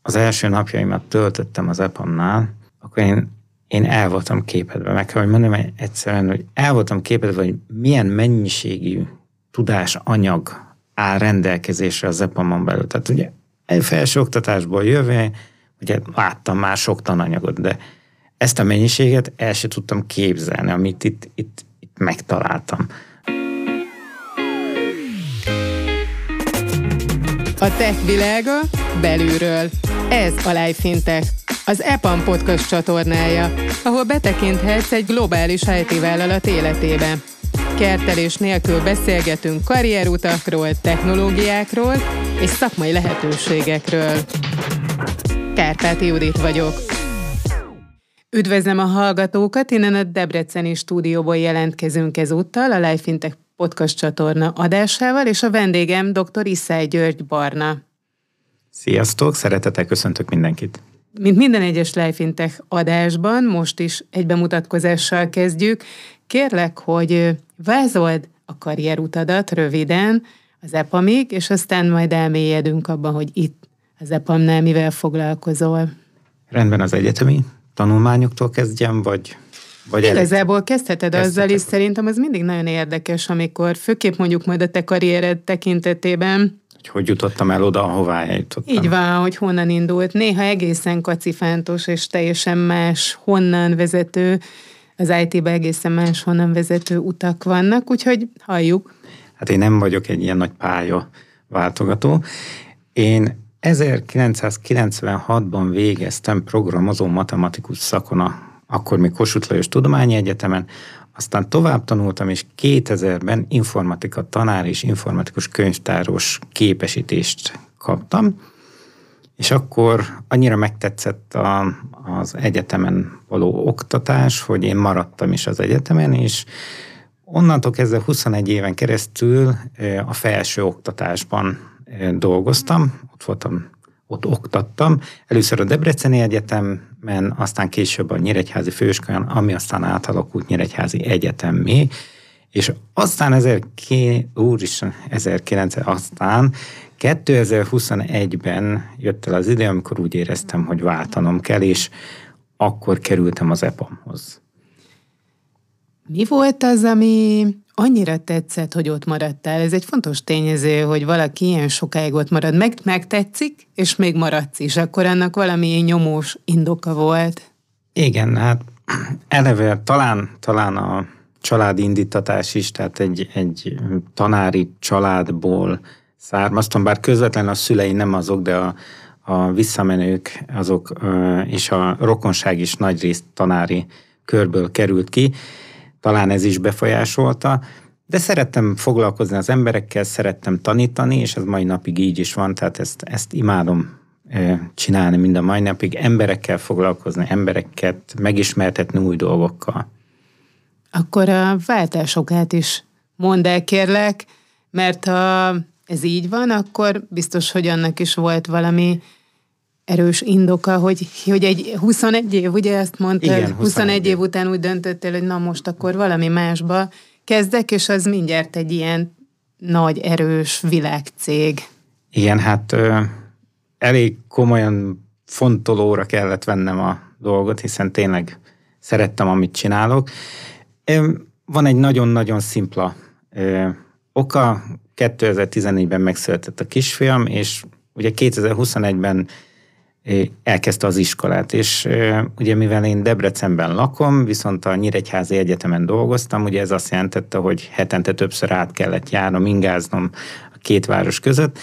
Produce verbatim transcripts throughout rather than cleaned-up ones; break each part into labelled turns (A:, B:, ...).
A: az első napjaimat töltöttem az epamnál, akkor én, én el voltam képedve. Meg kell, hogy mondjam egyszerűen, hogy el voltam képedve, hogy milyen mennyiségű tudásanyag áll rendelkezésre az epamon belül. Tehát ugye egy felsőoktatásból jövő, ugye láttam már sok tananyagot, de ezt a mennyiséget el sem tudtam képzelni, amit itt, itt, itt megtaláltam.
B: A tech világa belülről. Ez a Life Fintech, az epam podcast csatornája, ahol betekinthetsz egy globális i té vállalat életébe. Kertelés nélkül beszélgetünk karrierutakról, technológiákról és szakmai lehetőségekről. Kárpáti Judit vagyok. Üdvözlöm a hallgatókat, innen a debreceni stúdióból jelentkezünk ezúttal a Life Fintech podcast csatorna adásával, és a vendégem dr. Iszály György Barna.
A: Sziasztok, szeretettel köszöntök mindenkit.
B: Mint minden egyes Life Fintech adásban, most is egy bemutatkozással kezdjük. Kérlek, hogy vázold a karrierutadat röviden az epamig, és aztán majd elmélyedünk abban, hogy itt az epamnál mivel foglalkozol.
A: Rendben, az egyetemi tanulmányoktól kezdjem, vagy... vagy
B: Igazából kezdheted azzal is, szerintem az mindig nagyon érdekes, amikor főképp mondjuk majd a te karriered tekintetében.
A: Hogy hogy jutottam el oda, ahová eljutottam.
B: Így van, hogy honnan indult. Néha egészen kacifántos és teljesen más honnan vezető, az i té-be egészen más honnan vezető utak vannak, úgyhogy halljuk.
A: Hát én nem vagyok egy ilyen nagy pálya váltogató. Én ezerkilencszázkilencvenhatban végeztem programozó matematikus szakon, a, akkor még Kossuth Lajos Tudományi Egyetemen, aztán tovább tanultam, és kétezerben informatika tanár és informatikus könyvtáros képesítést kaptam, és akkor annyira megtetszett a, az egyetemen való oktatás, hogy én maradtam is az egyetemen, és onnantól kezdve huszonegy éven keresztül a felső oktatásban dolgoztam, ott voltam, ott oktattam. Először a Debreceni Egyetemen, aztán később a Nyíregyházi Főiskolán, ami aztán átalakult Nyíregyházi Egyetemmé, és aztán ezerkilencszáz, aztán kétezer-huszonegyben jött el az idő, amikor úgy éreztem, hogy váltanom kell, és akkor kerültem az epamhoz.
B: Mi volt az, ami annyira tetszett, hogy ott maradtál? Ez egy fontos tényező, hogy valaki ilyen sokáig ott marad. Meg, megtetszik, és még maradsz is. Akkor annak valami nyomós indoka volt.
A: Igen, hát eleve talán, talán a családi indítatás is, tehát egy, egy tanári családból származtam, bár közvetlen a szülei nem azok, de a, a visszamenők azok, és a rokonság is nagyrészt tanári körből került ki. Talán ez is befolyásolta, de szerettem foglalkozni az emberekkel, szerettem tanítani, és ez mai napig így is van, tehát ezt, ezt imádom csinálni mind a mai napig, emberekkel foglalkozni, embereket megismertetni új dolgokkal.
B: Akkor a váltásokát is mondd el, kérlek, mert ha ez így van, akkor biztos, hogy annak is volt valami erős indoka, hogy, hogy egy huszonegy év, ugye ezt mondtad,
A: igen, huszonegy,
B: huszonegy év után úgy döntöttél, hogy na most akkor valami másba kezdek, és az mindjárt egy ilyen nagy, erős világcég.
A: Igen, hát ö, elég komolyan fontolóra kellett vennem a dolgot, hiszen tényleg szerettem, amit csinálok. Ö, van egy nagyon-nagyon szimpla ö, oka, kétezer-tizennégyben megszületett a kisfiam, és ugye kétezer-huszonegyben elkezdte az iskolát, és ugye mivel én Debrecenben lakom, viszont a Nyíregyházi Egyetemen dolgoztam, ugye ez azt jelentette, hogy hetente többször át kellett járnom, ingáznom a két város között,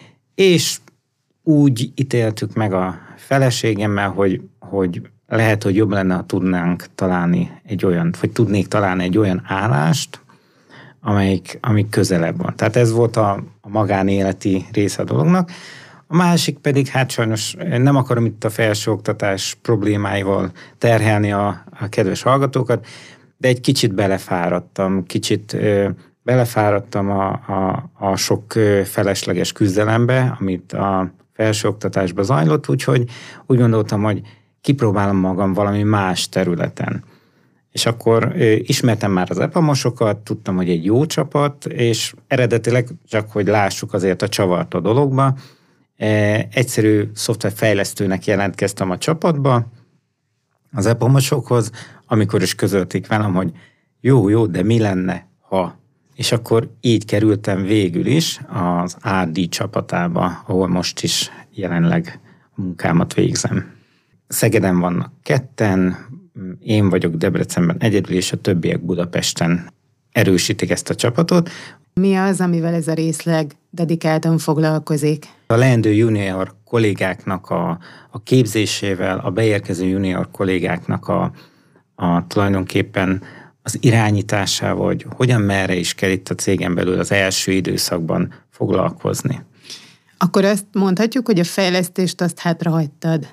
A: és úgy ítéltük meg a feleségemmel, hogy, hogy lehet, hogy jobb lenne, ha tudnánk találni egy olyan, vagy tudnék találni egy olyan állást, amelyik, amik közelebb van. Tehát ez volt a, a magánéleti része a dolognak. A másik pedig, hát sajnos nem akarom itt a felsőoktatás problémáival terhelni a, a kedves hallgatókat, de egy kicsit belefáradtam, kicsit ö, belefáradtam a, a, a sok ö, felesleges küzdelembe, amit a felsőoktatásban zajlott, úgyhogy úgy gondoltam, hogy kipróbálom magam valami más területen. És akkor ö, ismertem már az epamosokat, tudtam, hogy egy jó csapat, és eredetileg csak, hogy lássuk azért a csavart a dologba, egyszerű szoftverfejlesztőnek jelentkeztem a csapatba, az epamosokhoz, amikor is közölték velem, hogy jó, jó, de mi lenne, ha... És akkor így kerültem végül is az á dé csapatába, ahol most is jelenleg a munkámat végzem. Szegeden vannak ketten, én vagyok Debrecenben egyedül, és a többiek Budapesten erősítik ezt a csapatot.
B: Mi az, amivel ez a részleg dedikáltan foglalkozik?
A: A leendő junior kollégáknak a, a képzésével, a beérkező junior kollégáknak a, a tulajdonképpen az irányításával, hogy hogyan merre is kell itt a cégen belül az első időszakban foglalkozni.
B: Akkor azt mondhatjuk, hogy a fejlesztést azt hátrahagytad?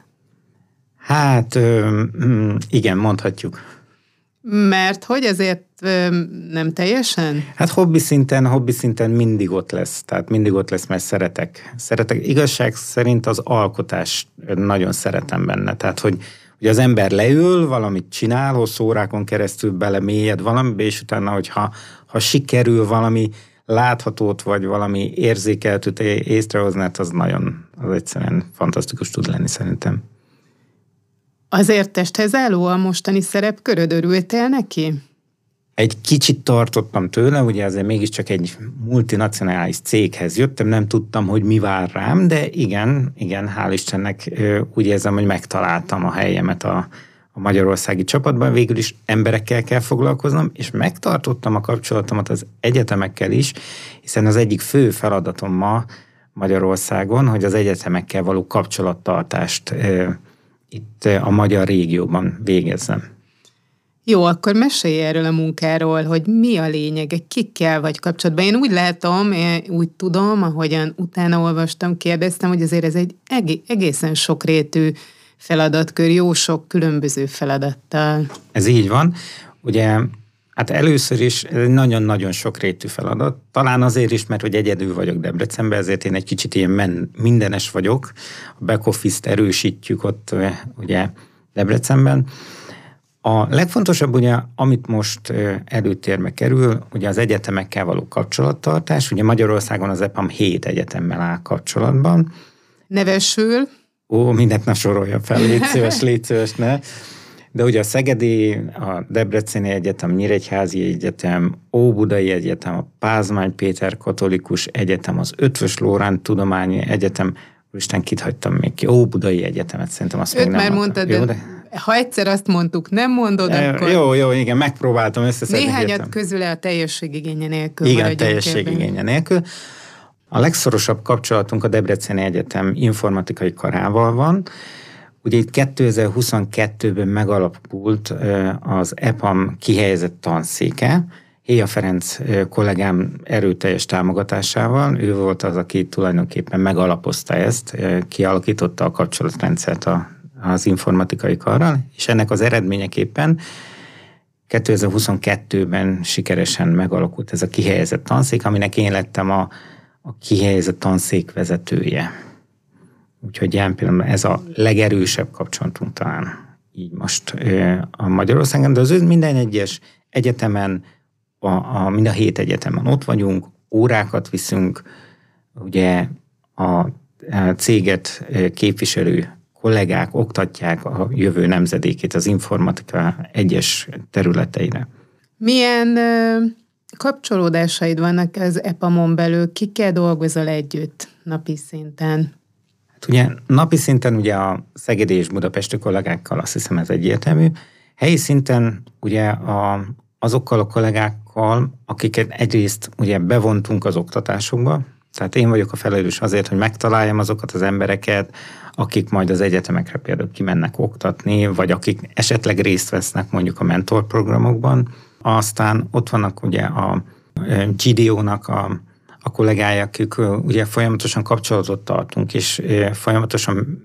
A: Hát igen, mondhatjuk.
B: Mert hogy azért nem teljesen?
A: Hát hobbi szinten, hobbi szinten mindig ott lesz. Tehát mindig ott lesz, mert szeretek. Szeretek. Igazság szerint az alkotást nagyon szeretem benne. Tehát, hogy Ugye az ember leül, valamit csinál, hosszú órákon keresztül belemélyed valamibe, és utána, hogyha ha sikerül valami láthatót, vagy valami érzékeltőt észrehozni, hát az nagyon, az egyszerűen fantasztikus tud lenni szerintem.
B: Azért testhez álló a mostani szerepköröd, örültél neki?
A: Egy kicsit tartottam tőle, ugye azért mégiscsak egy multinacionális céghez jöttem, nem tudtam, hogy mi vár rám, de igen, igen, hál' Istennek úgy érzem, hogy megtaláltam a helyemet a, a magyarországi csapatban, végül is emberekkel kell foglalkoznom, és megtartottam a kapcsolatomat az egyetemekkel is, hiszen az egyik fő feladatom ma Magyarországon, hogy az egyetemekkel való kapcsolattartást e, itt a magyar régióban végezzem.
B: Jó, akkor mesélj erről a munkáról, hogy mi a lényege, kikkel vagy kapcsolatban. Én úgy látom, én úgy tudom, ahogyan utána olvastam, kérdeztem, hogy azért ez egy egészen sokrétű feladatkör, jó sok különböző feladattal.
A: Ez így van. Ugye, hát először is nagyon-nagyon sokrétű feladat. Talán azért is, mert hogy egyedül vagyok Debrecenben, ezért én egy kicsit ilyen men- mindenes vagyok. A back office-t erősítjük ott ugye Debrecenben. A legfontosabb, ugye, amit most előtérbe kerül, ugye az egyetemekkel való kapcsolattartás. Ugye Magyarországon az EPAM hét egyetemmel áll kapcsolatban.
B: Nevesül?
A: Ó, mindent ne sorolja fel, légy szíves, légy szíves, ne. De ugye a Szegedi, a Debreceni Egyetem, Nyíregyházi Egyetem, Óbudai Egyetem, a Pázmány Péter Katolikus Egyetem, az Ötvös Loránd Tudományi Egyetem, Isten kit hagytam még ki, Óbudai Egyetemet, szerintem azt
B: Öt
A: még nem
B: már mondtad, de... de... Ha egyszer azt mondtuk, nem mondod,
A: e,
B: akkor...
A: Jó, jó, igen, megpróbáltam összeszedni.
B: Néhányat közül a teljességigénye nélkül.
A: Igen, teljességigénye nélkül. A legszorosabb kapcsolatunk a Debreceni Egyetem informatikai karával van. Ugye itt kétezer-huszonkettőben megalapult az EPAM kihelyezett tanszéke, Héja Ferenc kollégám erőteljes támogatásával. Ő volt az, aki tulajdonképpen megalapozta ezt, kialakította a kapcsolatrendszert a az informatikai karral, és ennek az eredményeképpen kétezer-huszonkettőben sikeresen megalakult ez a kihelyezett tanszék, aminek én lettem a, a kihelyezett tanszék vezetője. Úgyhogy jelen pillanatban ez a legerősebb kapcsolatunk talán így most a Magyarországon, de az minden egyes egyetemen, a, a, mind a hét egyetemen ott vagyunk, órákat viszünk, ugye a céget képviselő kollégák oktatják a jövő nemzedékét az informatika egyes területeire.
B: Milyen ö, kapcsolódásaid vannak az EPAM-on belül? Kikkel dolgozol együtt napi szinten?
A: Hát ugye napi szinten ugye a szegedi és budapesti kollégákkal azt hiszem ez egyértelmű. Helyi szinten ugye a, azokkal a kollégákkal, akiket egyrészt ugye bevontunk az oktatásokba, tehát én vagyok a felelős azért, hogy megtaláljam azokat az embereket, akik majd az egyetemekre például kimennek oktatni, vagy akik esetleg részt vesznek mondjuk a mentorprogramokban. Aztán ott vannak ugye a gé dé ó-nak a, a kollégái, akik ugye folyamatosan kapcsolatot tartunk, és folyamatosan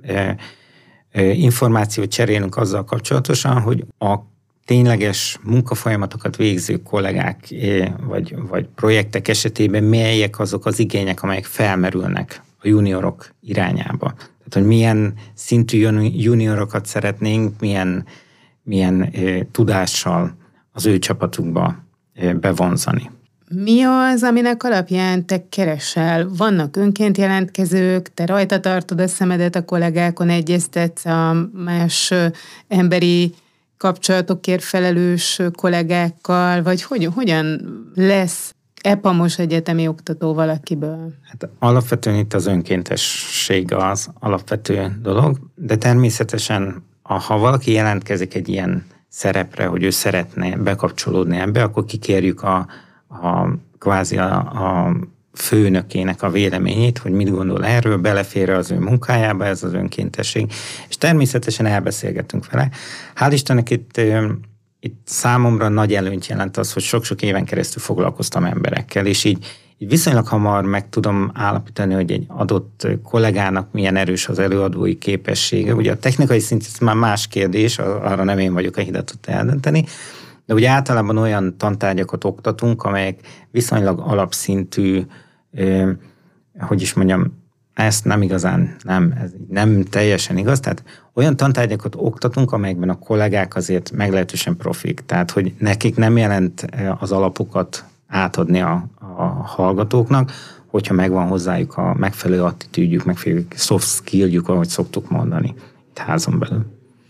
A: információt cserélünk azzal kapcsolatosan, hogy a tényleges munkafolyamatokat végző kollégák vagy, vagy projektek esetében melyek azok az igények, amelyek felmerülnek a juniorok irányába. Tehát, hogy milyen szintű juniorokat szeretnénk, milyen, milyen eh, tudással az ő csapatukba eh, bevonzani.
B: Mi az, aminek alapján te keresel? Vannak önként jelentkezők, te rajta tartod a szemedet a kollégákon, egyeztetsz a más emberi kapcsolatokért felelős kollégákkal, vagy hogy, hogyan lesz epamos egyetemi oktató valakiből?
A: Hát alapvetően itt az önkéntesség az alapvető dolog, de természetesen ha valaki jelentkezik egy ilyen szerepre, hogy ő szeretne bekapcsolódni ebbe, akkor kikérjük a, a kvázi a, a főnökének a véleményét, hogy mit gondol erről, belefér az ő munkájába ez az önkéntesség, és természetesen elbeszélgetünk vele. Hál' Istennek itt, itt számomra nagy előnyt jelent az, hogy sok-sok éven keresztül foglalkoztam emberekkel, és így, így viszonylag hamar meg tudom állapítani, hogy egy adott kollégának milyen erős az előadói képessége. Ugye a technikai szint ez már más kérdés, arra nem én vagyok a hivatott eldönteni, de ugye általában olyan tantárgyakat oktatunk, amelyek viszonylag alapszintű, eh, hogy is mondjam, ezt nem igazán, nem, ez nem teljesen igaz, tehát olyan tantárgyakat oktatunk, amelyekben a kollégák azért meglehetősen profik, tehát hogy nekik nem jelent az alapokat átadni a, a hallgatóknak, hogyha megvan hozzájuk a megfelelő attitűdjük, megfelelő soft skilljük, ahogy szoktuk mondani itt házon belül.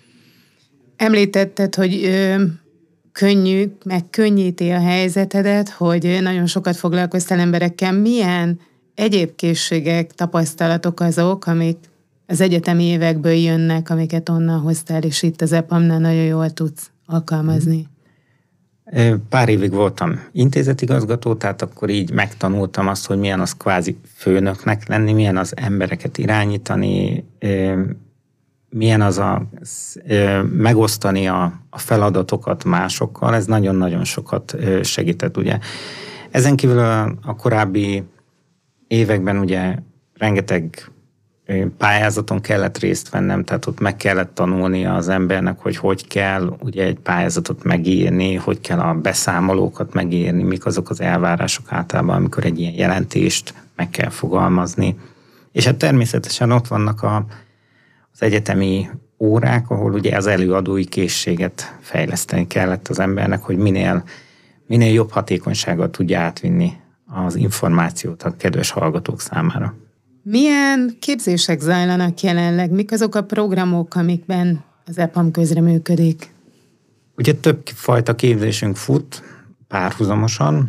B: Említetted, hogy ö, könnyű, meg könnyíti a helyzetedet, hogy nagyon sokat foglalkoztál emberekkel. Milyen egyéb készségek, tapasztalatok azok, amik az egyetemi évekből jönnek, amiket onnan hoztál, és itt az epamnál nagyon jól tudsz alkalmazni?
A: Pár évig voltam intézetigazgató, tehát akkor így megtanultam azt, hogy milyen az kvázi főnöknek lenni, milyen az embereket irányítani, milyen az a megosztani a, a feladatokat másokkal, ez nagyon-nagyon sokat segített, ugye. Ezen kívül a, a korábbi években ugye rengeteg pályázaton kellett részt vennem, tehát ott meg kellett tanulnia az embernek, hogy hogy kell ugye egy pályázatot megírni, hogy kell a beszámolókat megírni, mik azok az elvárások általában, amikor egy ilyen jelentést meg kell fogalmazni. És hát természetesen ott vannak a, az egyetemi órák, ahol ugye az előadói készséget fejleszteni kellett az embernek, hogy minél, minél jobb hatékonysággal tudja átvinni az információt a kedves hallgatók számára.
B: Milyen képzések zajlanak jelenleg? Mik azok a programok, amikben az epam közreműködik?
A: Ugye több fajta képzésünk fut párhuzamosan.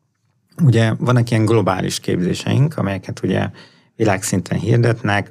A: Ugye vannak ilyen globális képzéseink, amelyeket ugye világszinten hirdetnek.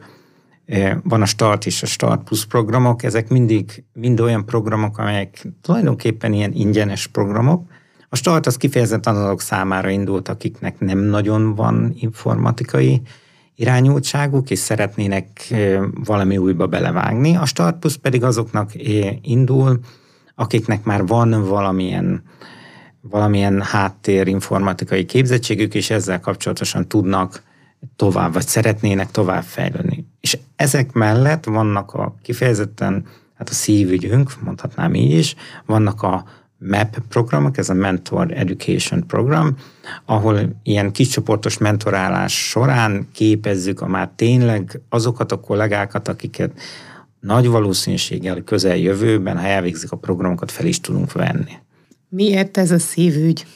A: Van a Start és a Start Plus programok, ezek mindig mind olyan programok, amelyek tulajdonképpen ilyen ingyenes programok. A Start az kifejezetten azok számára indult, akiknek nem nagyon van informatikai irányultságuk, és szeretnének valami újba belevágni. A Start Plus pedig azoknak indul, akiknek már van valamilyen, valamilyen háttér informatikai képzettségük, és ezzel kapcsolatosan tudnak tovább, vagy szeretnének tovább fejlődni. És ezek mellett vannak a kifejezetten, hát a szívügyünk, mondhatnám így is, vannak a map programok, ez a Mentor Education program, ahol ilyen kiscsoportos mentorálás során képezzük a már tényleg azokat a kollégákat, akiket nagy valószínűséggel közeljövőben, ha elvégzik a programokat, fel is tudunk venni.
B: Miért ez a szívügy?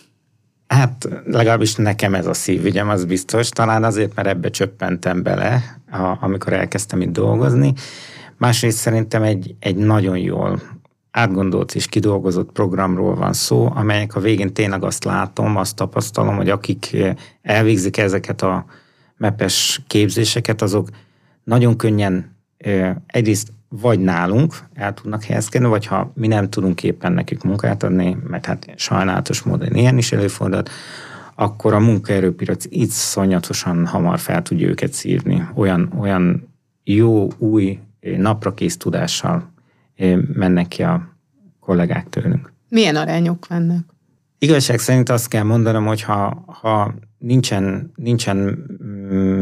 A: Hát legalábbis nekem ez a szívügyem, az biztos. Talán azért, mert ebbe csöppentem bele, amikor elkezdtem itt dolgozni. Másrészt szerintem egy, egy nagyon jól átgondolt és kidolgozott programról van szó, amelyek a végén tényleg azt látom, azt tapasztalom, hogy akik elvégzik ezeket a mepes képzéseket, azok nagyon könnyen egyrészt vagy nálunk el tudnak helyezkedni, vagy ha mi nem tudunk éppen nekik munkát adni, mert hát sajnálatos módon ilyen is előfordult, akkor a munkaerőpiac itt szonyatosan hamar fel tudja őket szívni. Olyan, olyan jó, új, naprakész tudással mennek ki a kollégák tőlünk.
B: Milyen arányok vannak?
A: Igazság szerint azt kell mondanom, hogy ha, ha nincsen, nincsen mm,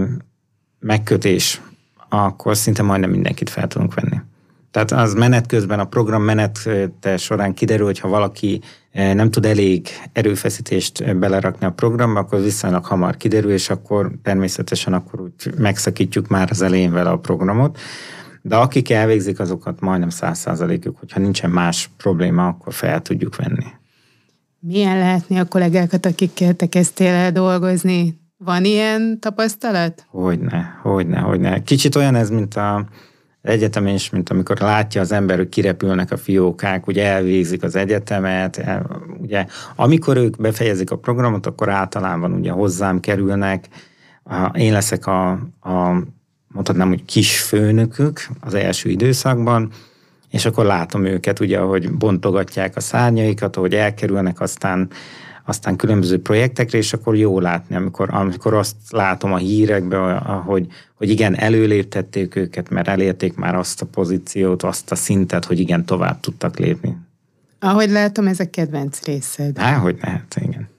A: megkötés, akkor szinte majdnem mindenkit fel tudunk venni. Tehát az menet közben, a program menete során kiderül, hogy ha valaki nem tud elég erőfeszítést belerakni a programba, akkor viszonylag hamar kiderül, és akkor természetesen akkor úgy megszakítjuk már az elején vele a programot. De akik elvégzik, azokat majdnem száz százalékuk, hogyha nincsen más probléma, akkor fel tudjuk venni.
B: Milyen látni a kollégákat, akikkel te kezdtél el dolgozni? Van ilyen tapasztalat?
A: Hogyne, hogyne, hogyne. Kicsit olyan ez, mint a egyetemen is, mint amikor látja az ember, hogy kirepülnek a fiókák, ugye elvégzik az egyetemet, el, ugye amikor ők befejezik a programot, akkor általában ugye hozzám kerülnek, én leszek a, a mondhatnám, hogy kis főnökük az első időszakban, és akkor látom őket, ugye, ahogy bontogatják a szárnyaikat, ahogy elkerülnek aztán, aztán különböző projektekre, és akkor jó látni, amikor, amikor azt látom a hírekben, hogy, hogy igen, előléptették őket, mert elérték már azt a pozíciót, azt a szintet, hogy igen, tovább tudtak lépni.
B: Ahogy látom, ez a kedvenc részed.
A: Há, hogy lehet, igen.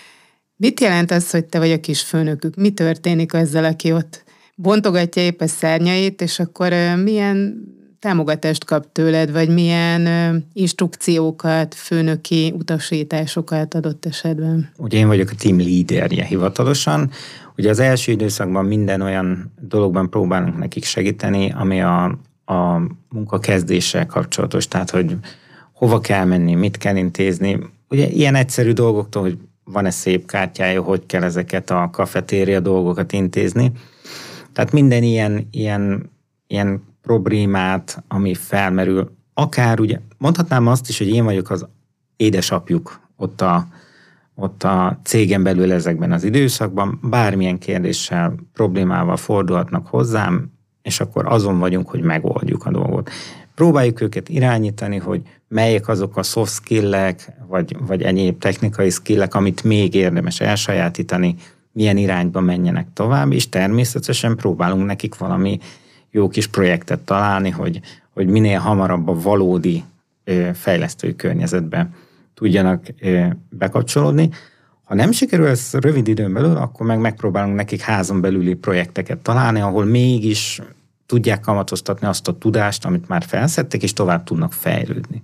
B: Mit jelent az, hogy te vagy a kis főnökük? Mi történik azzal, aki ott bontogatja épp a szárnyait, és akkor milyen támogatást kap tőled, vagy milyen instrukciókat, főnöki utasításokat adott esetben?
A: Ugye én vagyok a team leaderje hivatalosan. Ugye az első időszakban minden olyan dologban próbálunk nekik segíteni, ami a, a munkakezdéssel kapcsolatos, tehát hogy hova kell menni, mit kell intézni. Ugye ilyen egyszerű dolgoktól, hogy van-e szép kártyája, hogy kell ezeket a kafetéria dolgokat intézni. Tehát minden ilyen, ilyen, ilyen problémát, ami felmerül, akár ugye, mondhatnám azt is, hogy én vagyok az édesapjuk ott a, ott a cégen belül ezekben az időszakban, bármilyen kérdéssel, problémával fordulhatnak hozzám, és akkor azon vagyunk, hogy megoldjuk a dolgot. Próbáljuk őket irányítani, hogy melyek azok a soft skillek, vagy, vagy egyéb technikai skillek, amit még érdemes elsajátítani, milyen irányba menjenek tovább, és természetesen próbálunk nekik valami jó kis projektet találni, hogy, hogy minél hamarabb a valódi ö, fejlesztői környezetbe tudjanak ö, bekapcsolódni. Ha nem sikerül ez rövid időn belül, akkor meg megpróbálunk nekik házon belüli projekteket találni, ahol mégis tudják kamatoztatni azt a tudást, amit már felszedtek, és tovább tudnak fejlődni.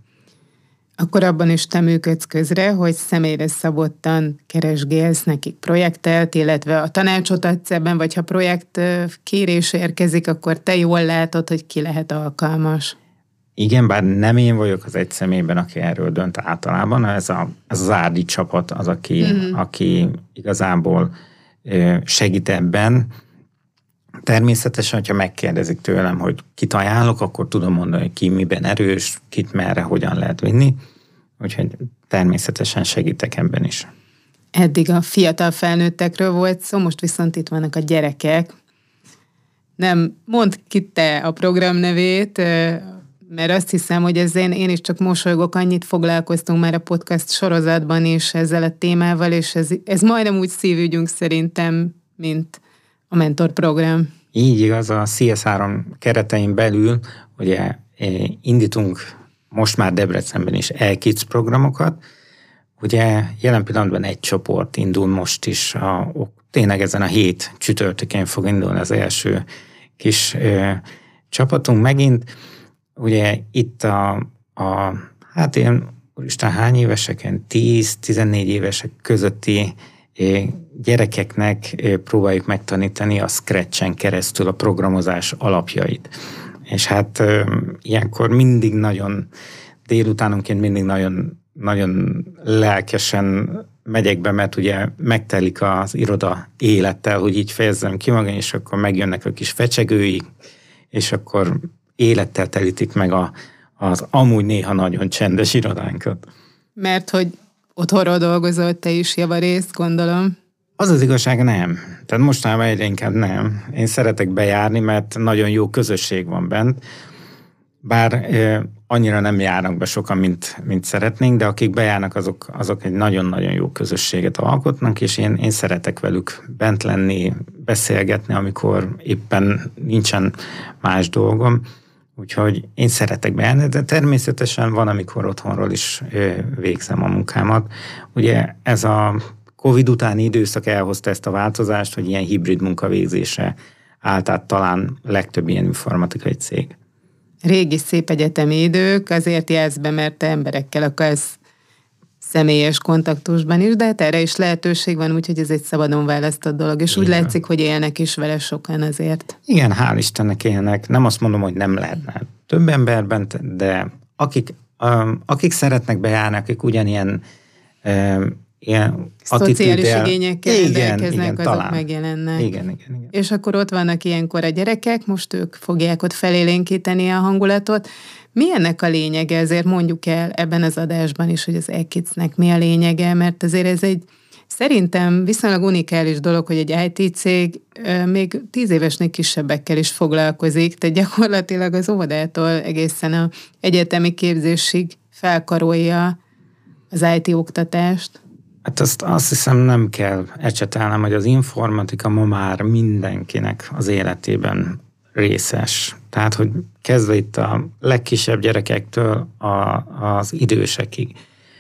B: Akkor abban is te működsz közre, hogy személyre szabottan keresgélsz nekik projektet, illetve a tanácsot adsz ebben, vagy ha projekt kérés érkezik, akkor te jól látod, hogy ki lehet alkalmas.
A: Igen, bár nem én vagyok az egy személyben, aki erről dönt általában, ez, a, ez az Árdi csapat az, aki, mm-hmm. aki igazából segít ebben. Természetesen, hogyha megkérdezik tőlem, hogy kit ajánlok, akkor tudom mondani, hogy ki miben erős, kit merre, hogyan lehet vinni. Úgyhogy természetesen segítek ebben is.
B: Eddig a fiatal felnőttekről volt szó, most viszont itt vannak a gyerekek. Nem, mondd ki te a program nevét, mert azt hiszem, hogy ezzel én is csak mosolygok, annyit foglalkoztunk már a podcast sorozatban is ezzel a témával, és ez, ez majdnem úgy szívügyünk szerintem, mint a mentor program.
A: Így igaz, a C S három keretein belül ugye indítunk most már Debrecenben is e-kids programokat. Ugye jelen pillanatban egy csoport indul most is, a, tényleg ezen a hét csütörtökén fog indulni az első kis ö, csapatunk megint. Ugye itt a, a hát én úristen hány éveseken, tíz-tizennégy évesek közötti gyerekeknek próbáljuk megtanítani a Scratchen keresztül a programozás alapjait. És hát ilyenkor mindig nagyon, délutánonként mindig nagyon, nagyon lelkesen megyek be, mert ugye megtelik az iroda élettel, hogy így fejezzem ki magam, és akkor megjönnek a kis fecsegői, és akkor élettel telítik meg a, az amúgy néha nagyon csendes irodánkat.
B: Mert hogy otthonról dolgozol te is javarészt, gondolom.
A: Az az igazság, nem. Tehát mostanában egyre inkább nem. Én szeretek bejárni, mert nagyon jó közösség van bent. Bár eh, annyira nem járnak be sokan, mint, mint szeretnénk, de akik bejárnak, azok, azok egy nagyon-nagyon jó közösséget alkotnak, és én, én szeretek velük bent lenni, beszélgetni, amikor éppen nincsen más dolgom. Úgyhogy én szeretek bejárni, de természetesen van, amikor otthonról is végzem a munkámat. Ugye ez a Covid utáni időszak elhozta ezt a változást, hogy ilyen hibrid munkavégzése állt át talán legtöbb ilyen informatikai cég.
B: Régi szép egyetemi idők, azért jelsz be, mert te emberekkel akarsz személyes kontaktusban is, de hát erre is lehetőség van, úgyhogy ez egy szabadon választott dolog, és igen. Úgy látszik, hogy élnek is vele sokan azért.
A: Igen, hál' Istennek élnek. Nem azt mondom, hogy nem lehetne több emberben, de akik, um, akik szeretnek bejárni, akik ugyanilyen ilyen
B: szociális igényekkel rendelkeznek,
A: igen,
B: azok
A: talán.
B: megjelennek.
A: Igen, igen, igen.
B: És akkor ott vannak ilyenkor a gyerekek, most ők fogják ott felélénkíteni a hangulatot. Mi ennek a lényege? Ezért mondjuk el ebben az adásban is, hogy az e-kidsnek mi a lényege, mert azért ez egy szerintem viszonylag unikális dolog, hogy egy i té cég még tíz évesnél kisebbekkel is foglalkozik, tehát gyakorlatilag az óvodától egészen az egyetemi képzésig felkarolja az i té oktatást.
A: Hát azt, azt hiszem nem kell ecsetelnem, hogy az informatika ma már mindenkinek az életében részes. Tehát, hogy kezdve itt a legkisebb gyerekektől a, az idősekig.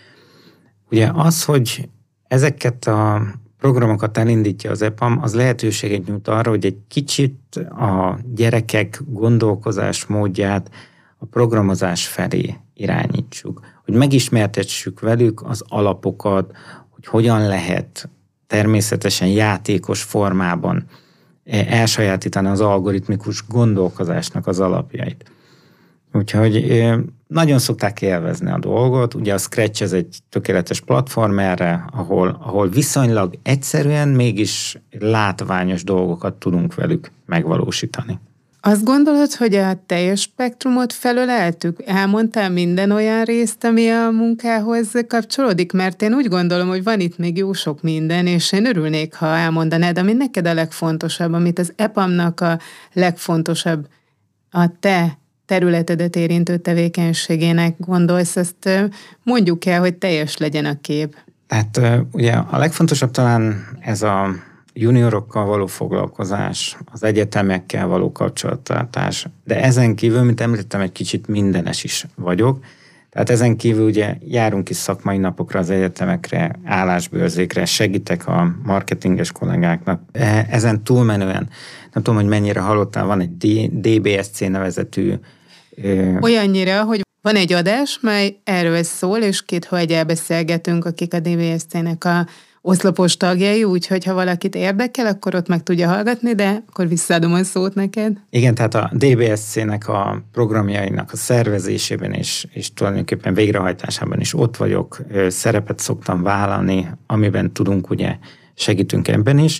A: Ugye az, hogy ezeket a programokat elindítja az EPAM, az lehetőséget nyújt arra, hogy egy kicsit a gyerekek gondolkozásmódját a programozás felé irányítsuk. Hogy megismertessük velük az alapokat, hogy hogyan lehet természetesen játékos formában elsajátítani az algoritmikus gondolkozásnak az alapjait. Úgyhogy nagyon szokták élvezni a dolgot. Ugye a Scratch ez egy tökéletes platform erre, ahol, ahol viszonylag egyszerűen mégis látványos dolgokat tudunk velük megvalósítani.
B: Azt gondolod, hogy a teljes spektrumot felöleltük? Elmondtál minden olyan részt, ami a munkához kapcsolódik? Mert én úgy gondolom, hogy van itt még jó sok minden, és én örülnék, ha elmondanád, ami neked a legfontosabb, amit az EPAM-nak a legfontosabb a te területedet érintő tevékenységének gondolsz, ezt mondjuk el, hogy teljes legyen a kép.
A: Tehát ugye a legfontosabb talán ez a juniorokkal való foglalkozás, az egyetemekkel való kapcsolattartás, de ezen kívül, mint említettem, egy kicsit mindenes is vagyok. Tehát ezen kívül ugye járunk is szakmai napokra az egyetemekre, állásbőrzékre, segítek a marketinges kollégáknak. Ezen túlmenően, nem tudom, hogy mennyire hallottál, van egy dé bé es cé nevezetű...
B: Olyannyira, hogy van egy adás, mely erről szól, és két hölgyel beszélgetünk, akik a dé bé es cének a oszlopos tagjai, úgyhogy ha valakit érdekel, akkor ott meg tudja hallgatni, de akkor visszaadom a szót neked.
A: Igen, tehát a dé bé es cének a programjainak a szervezésében és, és tulajdonképpen végrehajtásában is ott vagyok, szerepet szoktam vállalni, amiben tudunk, ugye segítünk ebben is.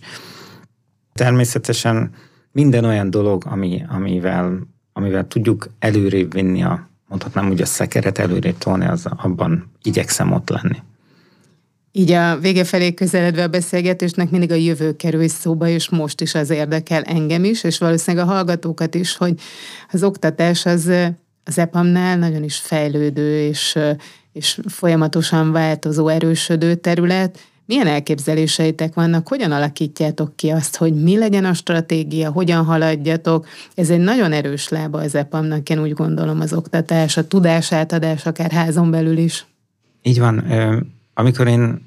A: Természetesen minden olyan dolog, ami, amivel, amivel tudjuk előrébb vinni a, mondhatnám úgy a szekeret előrébb tolni, az abban igyekszem ott lenni.
B: Így a vége felé közeledve a beszélgetésnek mindig a jövő kerül szóba, és most is az érdekel engem is, és valószínűleg a hallgatókat is, hogy az oktatás az, az EPAM-nál nagyon is fejlődő, és, és folyamatosan változó, erősödő terület. Milyen elképzeléseitek vannak? Hogyan alakítjátok ki azt, hogy mi legyen a stratégia, hogyan haladjatok? Ez egy nagyon erős lába az EPAM-nak, én úgy gondolom, az oktatás, a tudásátadás, akár házon belül is.
A: Így van. Amikor én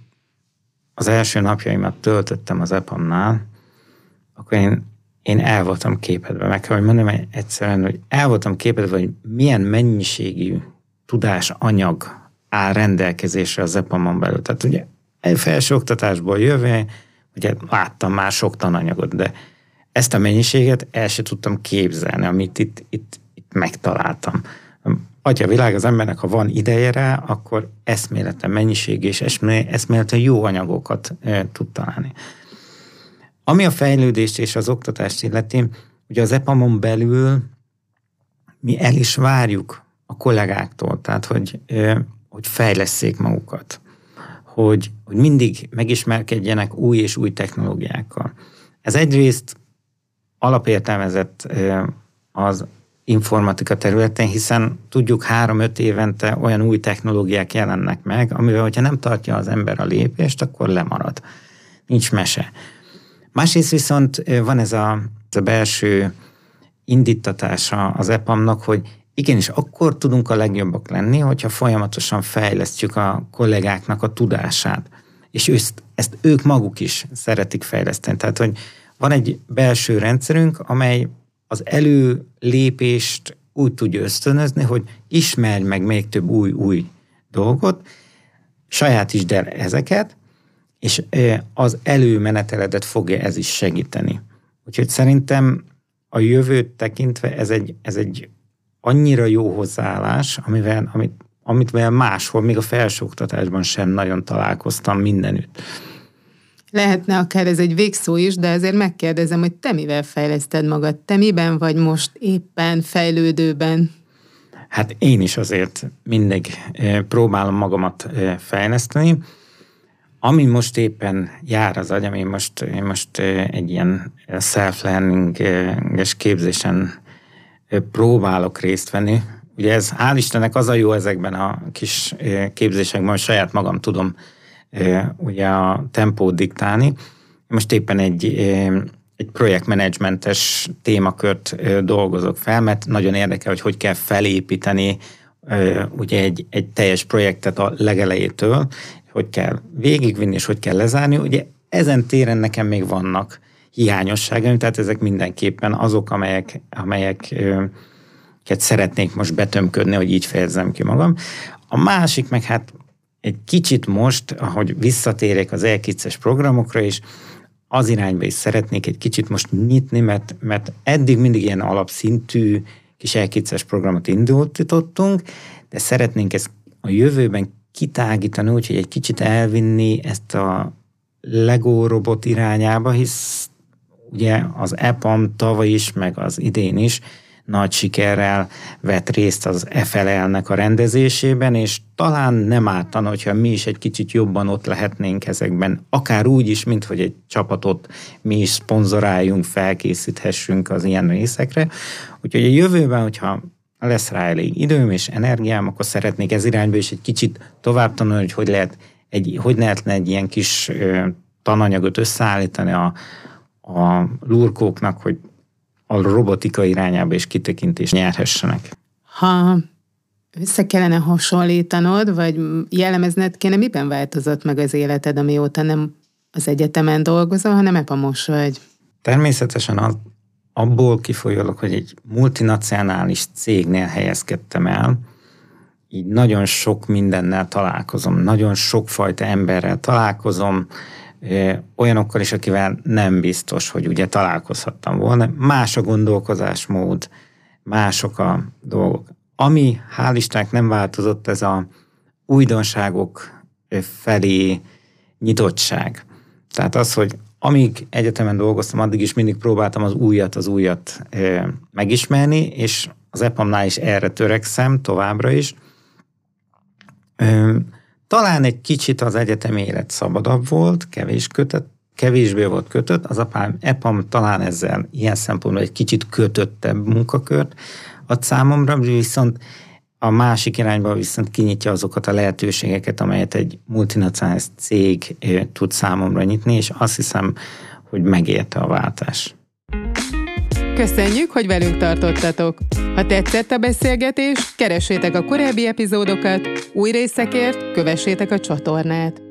A: az első napjaimat töltöttem az EPAM-nál, akkor én, én el voltam képedve. Meg kell, hogy mondjam egyszerűen, hogy el voltam képedve, hogy milyen mennyiségű tudásanyag áll rendelkezésre az EPAM-on belül. Tehát ugye felsőoktatásból jövő, ugye láttam már sok tananyagot, de ezt a mennyiséget el sem tudtam képzelni, amit itt, itt, itt megtaláltam. Atya világ, az embernek, ha van ideje rá, akkor eszméleten mennyiség és eszméleten jó anyagokat e, tud találni. Ami a fejlődést és az oktatást illeti, ugye az EPAM-on belül mi el is várjuk a kollégáktól, tehát hogy, e, hogy fejlesszék magukat, hogy, hogy mindig megismerkedjenek új és új technológiákkal. Ez egyrészt alapértelmezett e, az informatika területén, hiszen tudjuk három-öt évente olyan új technológiák jelennek meg, amivel, hogyha nem tartja az ember a lépést, akkor lemarad. Nincs mese. Másrészt viszont van ez a, ez a belső indítatása az EPAM-nak, hogy igenis akkor tudunk a legjobbak lenni, hogyha folyamatosan fejlesztjük a kollégáknak a tudását. És ezt, ezt ők maguk is szeretik fejleszteni. Tehát, hogy van egy belső rendszerünk, amely az előlépést úgy tudja ösztönözni, hogy ismerj meg még több új-új dolgot, sajátítsd el ezeket, és az előmeneteledet fogja ez is segíteni. Úgyhogy szerintem a jövőt tekintve ez egy, ez egy annyira jó hozzáállás, amivel, amit amit máshol, még a felsőoktatásban sem nagyon találkoztam mindenütt.
B: Lehetne akár ez egy végszó is, de azért megkérdezem, hogy te mivel fejleszted magad? Te miben vagy most éppen fejlődőben?
A: Hát én is azért mindig próbálom magamat fejleszteni. Ami most éppen jár az agyam, én most, én most egy ilyen self-learning-es képzésen próbálok részt venni. Ugye ez, hál' Istennek az a jó ezekben a kis képzésekben, hogy saját magam tudom ugye a tempót diktálni. Most éppen egy, egy projektmenedzsmentes témakört dolgozok fel, mert nagyon érdekel, hogy hogy kell felépíteni ugye egy, egy teljes projektet a legelejétől, hogy kell végigvinni, és hogy kell lezárni. Ugye ezen téren nekem még vannak hiányosságaim, tehát ezek mindenképpen azok, amelyek, amelyeket szeretnék most betömködni, hogy így fejezzem ki magam. A másik meg hát egy kicsit most, ahogy visszatérek az elkicces programokra is, az irányba is szeretnék egy kicsit most nyitni, mert, mert eddig mindig ilyen alapszintű kis elkicces programot indítottunk, de szeretnénk ezt a jövőben kitágítani úgy, hogy egy kicsit elvinni ezt a Lego robot irányába, hisz ugye az e pé á em tavaly is, meg az idén is nagy sikerrel vett részt az ef el el-nek a rendezésében, és talán nem ártana, hogyha mi is egy kicsit jobban ott lehetnénk ezekben, akár úgy is, mint hogy egy csapatot mi is szponzoráljunk, felkészíthessünk az ilyen részekre. Úgyhogy a jövőben, hogyha lesz rá elég időm és energiám, akkor szeretnék ez irányba is egy kicsit tovább tanulni, hogy hogy lehet egy, hogy lehetne egy ilyen kis ö, tananyagot összeállítani a, a lurkóknak, hogy a robotika irányába is kitekintést nyerhessenek.
B: Ha össze kellene hasonlítanod, vagy jellemezned kéne, miben változott meg az életed, amióta nem az egyetemen dolgozol, hanem epamos vagy?
A: Természetesen az, abból kifolyólag, hogy egy multinacionális cégnél helyezkedtem el, így nagyon sok mindennel találkozom, nagyon sokfajta emberrel találkozom, olyanokkal is, akivel nem biztos, hogy ugye találkozhattam volna. Más a gondolkozásmód, mások a dolgok. Ami hál' Istennek nem változott, ez a újdonságok felé nyitottság. Tehát az, hogy amíg egyetemen dolgoztam, addig is mindig próbáltam az újat, az újat megismerni, és az e pé á em-nál is erre törekszem továbbra is. Talán egy kicsit az egyetemi élet szabadabb volt, kevés kötött, kevésbé volt kötött, az e pé á em talán ezzel ilyen szempontból egy kicsit kötöttebb munkakört ad számomra, viszont a másik irányban viszont kinyitja azokat a lehetőségeket, amelyet egy multinacionális cég tud számomra nyitni, és azt hiszem, hogy megérte a váltás.
B: Köszönjük, hogy velünk tartottatok! Ha tetszett a beszélgetés, keressétek a korábbi epizódokat, új részekért kövessétek a csatornát.